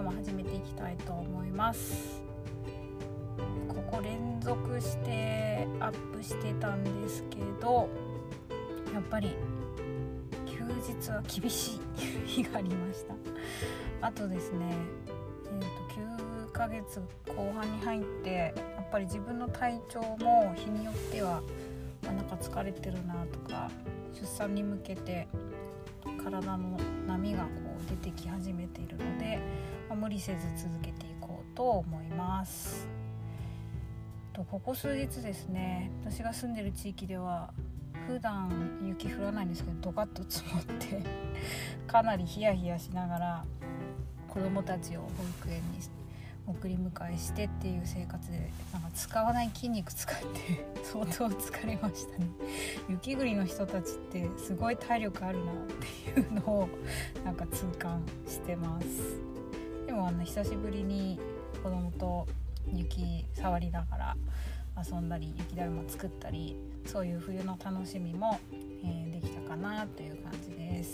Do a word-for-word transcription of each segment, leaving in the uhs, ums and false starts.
も始めていきたいと思います。ここ連続してアップしてたんですけど、やっぱり休日は厳しい日がありました。あとですね、えーと、きゅうかげつこう半に入ってやっぱり自分の体調も日によっては、まあ、なんか疲れてるなとか、出産に向けて体の波がこう出てき始めているので、まあ、無理せず続けていこうと思います。とここ数日ですね、私が住んでる地域では普段雪降らないんですけど、ドカッと積もってかなりヒヤヒヤしながら子どもたちを保育園に送り迎えしてっていう生活で、なんか使わない筋肉使って相当疲れましたね。雪国の人たちってすごい体力あるなっていうのをなんか痛感してます。でもあの久しぶりに子供と雪触りながら遊んだり、雪だるま作ったり、そういう冬の楽しみも、えー、できたかなという感じです。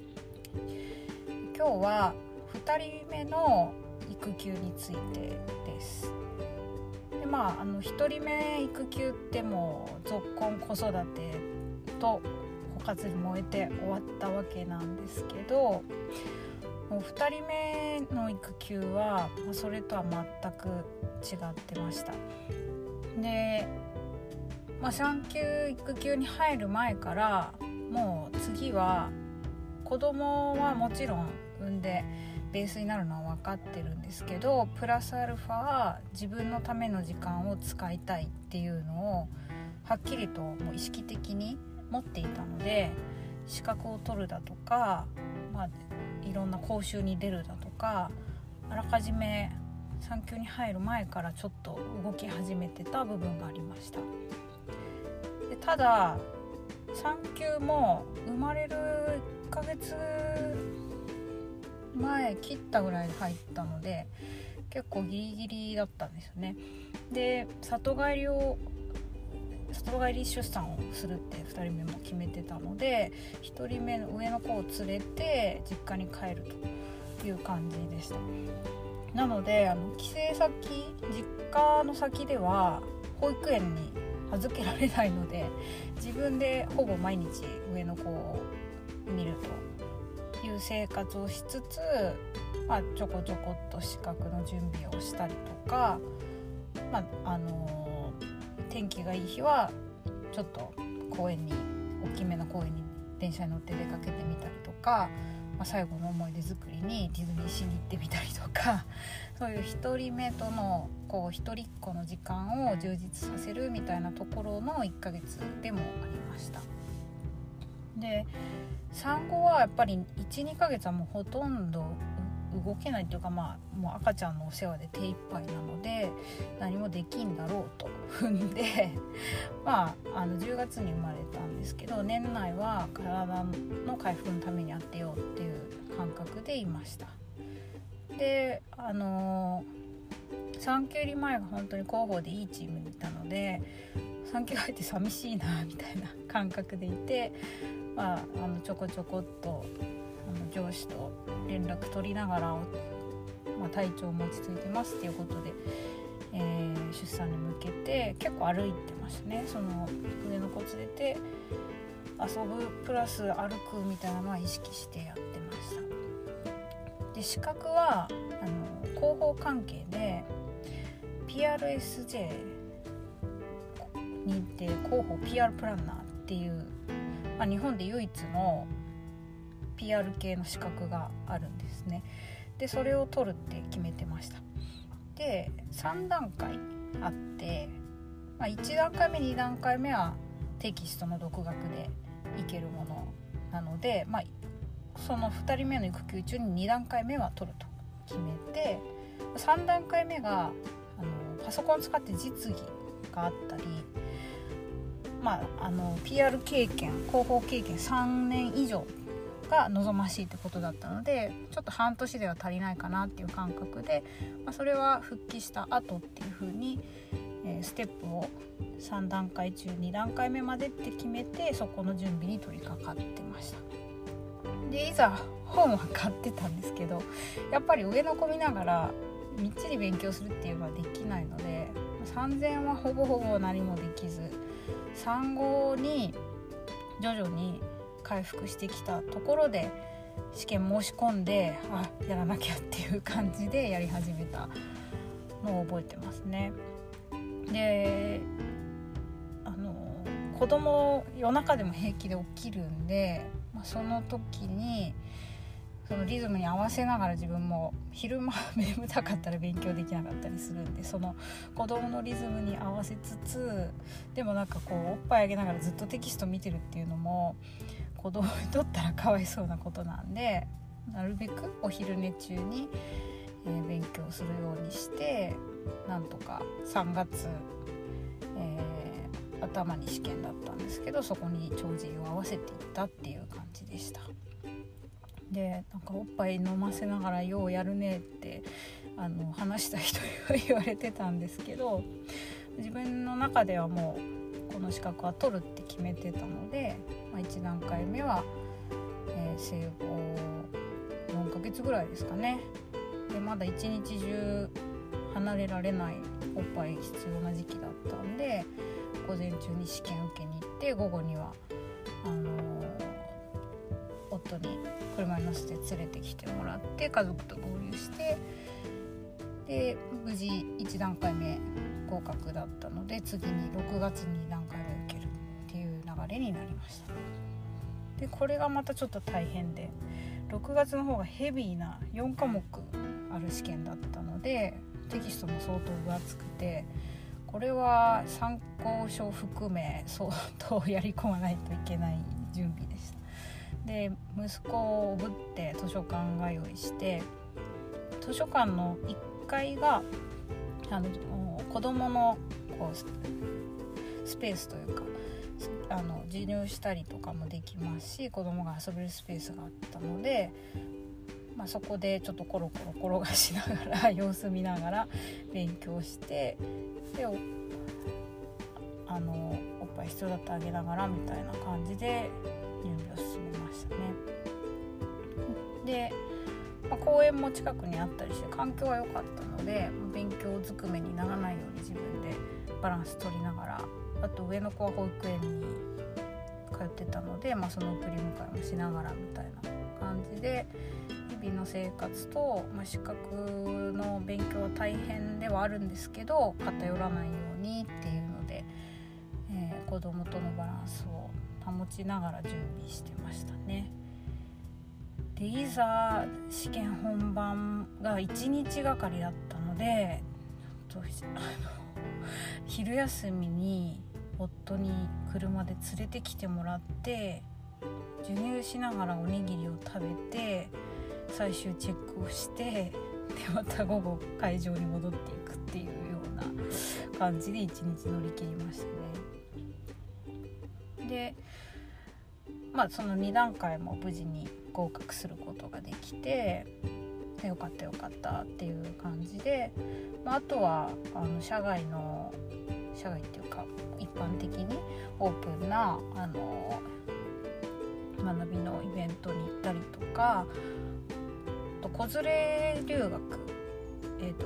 今日はふたりめの育休についてです。で、まあ、あのひとりめ育休ってもうぞっこん子育てと枯渇に燃えて終わったわけなんですけど、もうふたりめの育休は、まあ、それとは全く違ってました。で、まあ、産休育休に入る前からもう次は子供はもちろん産んでベースになるのは分かってるんですけど、プラスアルファ自分のための時間を使いたいっていうのをはっきりともう意識的に持っていたので、資格を取るだとか、まあ、いろんな講習に出るだとか、あらかじめ産休に入る前からちょっと動き始めてた部分がありました。で、ただ産休も生まれるいっかげつ前切ったぐらいで入ったので、結構ギリギリだったんですよね。で、里帰りを里帰り出産をするってふたりめも決めてたので、ひとりめの上の子を連れて実家に帰るという感じでした。なので、あの帰省先、実家の先では保育園に預けられないので、自分でほぼ毎日上の子を見るという生活をしつつ、まあ、ちょこちょこっと資格の準備をしたりとか、まああのー、天気がいい日はちょっと公園に大きめの公園に電車に乗って出かけてみたりとか、まあ、最後の思い出作りにディズニーシーに行ってみたりとか、そういう一人目とのこう一人っ子の時間を充実させるみたいなところのいっかげつでもありました。で、産後はやっぱり いち,に ヶ月はもうほとんど動けないというか、まあ、もう赤ちゃんのお世話で手一杯なので何もできんだろうと踏んで、まあ、あのじゅうがつに生まれたんですけど、年内は体の回復のために当てようっていう感覚でいました。で、あのー、産休より前が本当に広報でいいチームにいたので、産休入って寂しいなみたいな感覚でいて、まあ、あのちょこちょこっとあの上司と連絡取りながら、まあ、体調も落ち着いてますっていうことで、えー、出産に向けて結構歩いてましたね。その上の子連れて遊ぶプラス歩くみたいなのは意識してやってました。で、資格はあの広報関係で ピーアールエスジェー 認定広報 ピーアール プランナーっていう、まあ、日本で唯一の ピーアール 系の資格があるんですね。で、それを取るって決めてました。で、さんだんかいあって、まあ、いちだんかいめにだんかいめはテキストの独学でいけるものなので、まあ、そのふたりめの育休中ににだんかいめは取ると決めて、さんだんかいめがあのパソコン使って実技があったり、まあ、あの ピーアール 経験、広報経験さんねん以上が望ましいってことだったので、ちょっと半年では足りないかなっていう感覚で、まあ、それは復帰した後っていう風に、えー、ステップをさんだんかい中にだんかいめまでって決めて、そこの準備に取り掛かってました。 でいざ本は買ってたんですけど、やっぱり上の子見ながらみっちり勉強するっていうのはできないので、産前はほぼほぼ何もできず、産後に徐々に回復してきたところで試験申し込んで、あ、やらなきゃっていう感じでやり始めたのを覚えてますね。で、あの子供夜中でも平気で起きるんで、まあ、その時にそのリズムに合わせながら自分も昼間眠たかったら勉強できなかったりするんで、その子供のリズムに合わせつつ、でもなんかこうおっぱいあげながらずっとテキスト見てるっていうのも子供にとったらかわいそうなことなんで、なるべくお昼寝中に、えー、勉強するようにして、なんとかさんがつ、えー、頭に試験だったんですけど、そこに帳尻を合わせていったっていう感じでした。で、なんかおっぱい飲ませながらようやるねってあの話した人には言われてたんですけど、自分の中ではもうこの資格は取るって決めてたので、まあ、いち段階目は、えー、生後よんかげつぐらいですかね。でまだ一日中離れられないおっぱい必要な時期だったんで、午前中に試験受けに行って、午後にはあのー、夫に車に乗せて連れてきてもらって家族と合流して、で無事いち段階目合格だったので、次にろくがつにに段階目受けるっていう流れになりました。でこれがまたちょっと大変で、ろくがつの方がヘビーなよんかもくある試験だったので、テキストも相当分厚くて、これは参考書を含め相当やり込まないといけない準備でした。で息子をおぶって図書館通いして、図書館のいっかいがあの子供のこうスペースというか、あの授乳したりとかもできますし、子供が遊べるスペースがあったので、まあ、そこでちょっとコロコロ転がしながら様子見ながら勉強して、であのおっぱい必要だったらあげながらみたいな感じで準備を進めましたね。で、まあ、公園も近くにあったりして環境は良かったので、勉強ずくめにならないように自分でバランス取りながら、あと上の子は保育園に通ってたので、まあ、その送り迎えもしながらみたいな感じで日々の生活と、まあ、資格の勉強は大変ではあるんですけど、偏らないようにっていうので、えー、子供とのバランスを保ちながら準備してましたね。でいざ試験本番がいちにちがかりだったので、ちょっとあの昼休みに夫に車で連れてきてもらって、授乳しながらおにぎりを食べて最終チェックをして、でまた午後会場に戻っていくっていうような感じでいちにち乗り切りましたね。でまあそのに段階も無事に合格することができて、よかったよかったっていう感じで、まあ、あとはあの社外の社外っていうか一般的にオープンなあの学びのイベントに行ったりとか、あと子連れ留学、えーと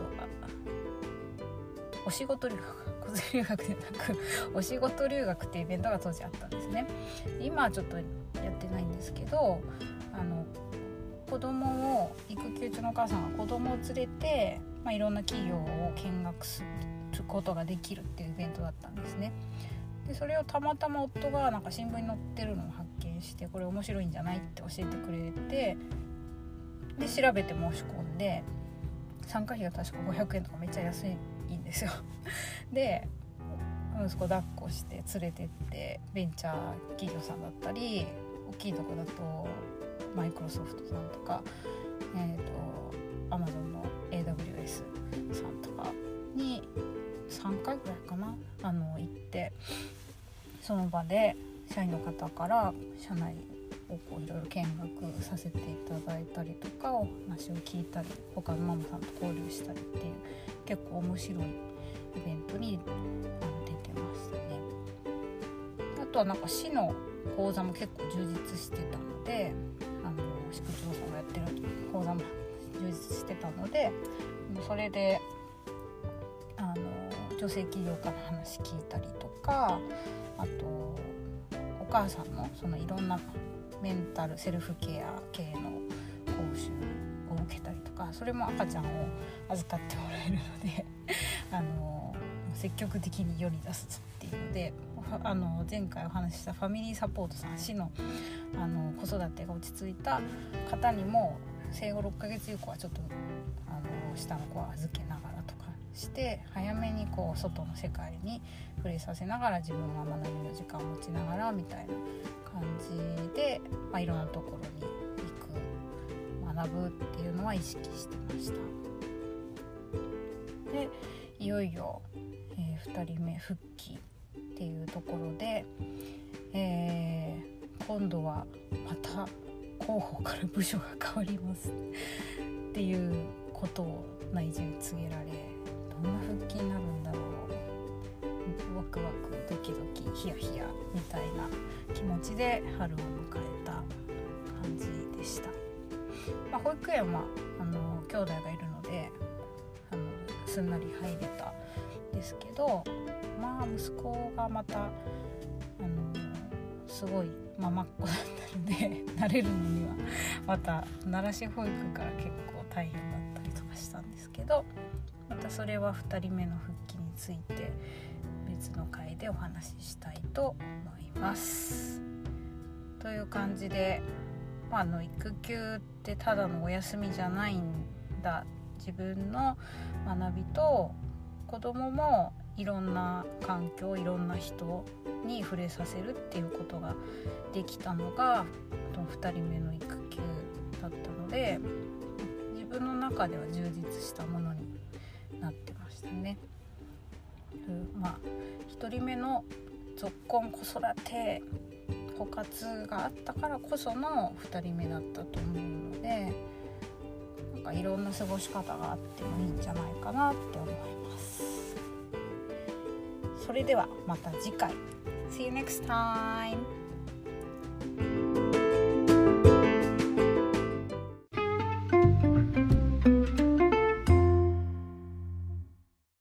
お仕事留学子連れ留学でなくお仕事留学っていうイベントが当時あったんですね。今はちょっとやってないんですけど、あの子供を育休中のお母さんが子供を連れて、まあ、いろんな企業を見学することができるっていうイベントだったんですね。でそれをたまたま夫がなんか新聞に載ってるのを発見して、これ面白いんじゃないって教えてくれて、で調べて申し込んで、参加費が確かごひゃくえんとかめっちゃ安いんですよ。で息子抱っこして連れてって、ベンチャー企業さんだったり、大きいとこだとマイクロソフトさんとか、えーと、アマゾンの エーダブリューエス さんとかにさんかいぐらいかな、あの行って、その場で社員の方から社内をこういろいろ見学させていただいたりとか、お話を聞いたり、他のママさんと交流したりっていう結構面白いイベントにあの出てましたね。あとはなんか市の講座も結構充実してたので、あの市区町村がやってる講座も充実してたので、それであの女性起業家の話聞いたりとか、あとお母さんのそのいろんなメンタルセルフケア系の講習を受けたりとか、それも赤ちゃんを預かってもらえるのであの積極的に世に出すっていうので、あの前回お話ししたファミリーサポートさん市の、あの子育てが落ち着いた方にも生後ろっかげつ以降はちょっとあの下の子は預けながらとかして早めにこう外の世界に触れさせながら自分は学びの時間を持ちながらみたいな感じで、まあ、いろんなところに行く学ぶっていうのは意識してました。でいよいよ、えー、ふたりめ復帰っていうところで、えー、今度はまた広報から部署が変わりますっていうことを内示に告げられ、どんな復帰になるんだろう、ワクワクドキドキヒヤヒヤみたいな気持ちで春を迎えた感じでした。まあ、保育園はあの兄弟がいるのであのすんなり入れたんですけど、まあ息子がまたあのすごいママっ子だったので慣れるのにはまた慣らし保育から結構大変だったりとかしたんですけど、またそれはふたりめの復帰について別の回でお話ししたいと思います。という感じで、まあ、あの育休ってただのお休みじゃないんだ、自分の学びと子供もいろんな環境いろんな人に触れさせるっていうことができたのがふたりめの育休だったので、自分の中では充実したものになってましたね。まあひとりめのぞっこん子育て枯渇があったからこそのふたりめだったと思うので、なんかいろんな過ごし方があってもいいんじゃないかなって思います。それではまた次回。See you next time!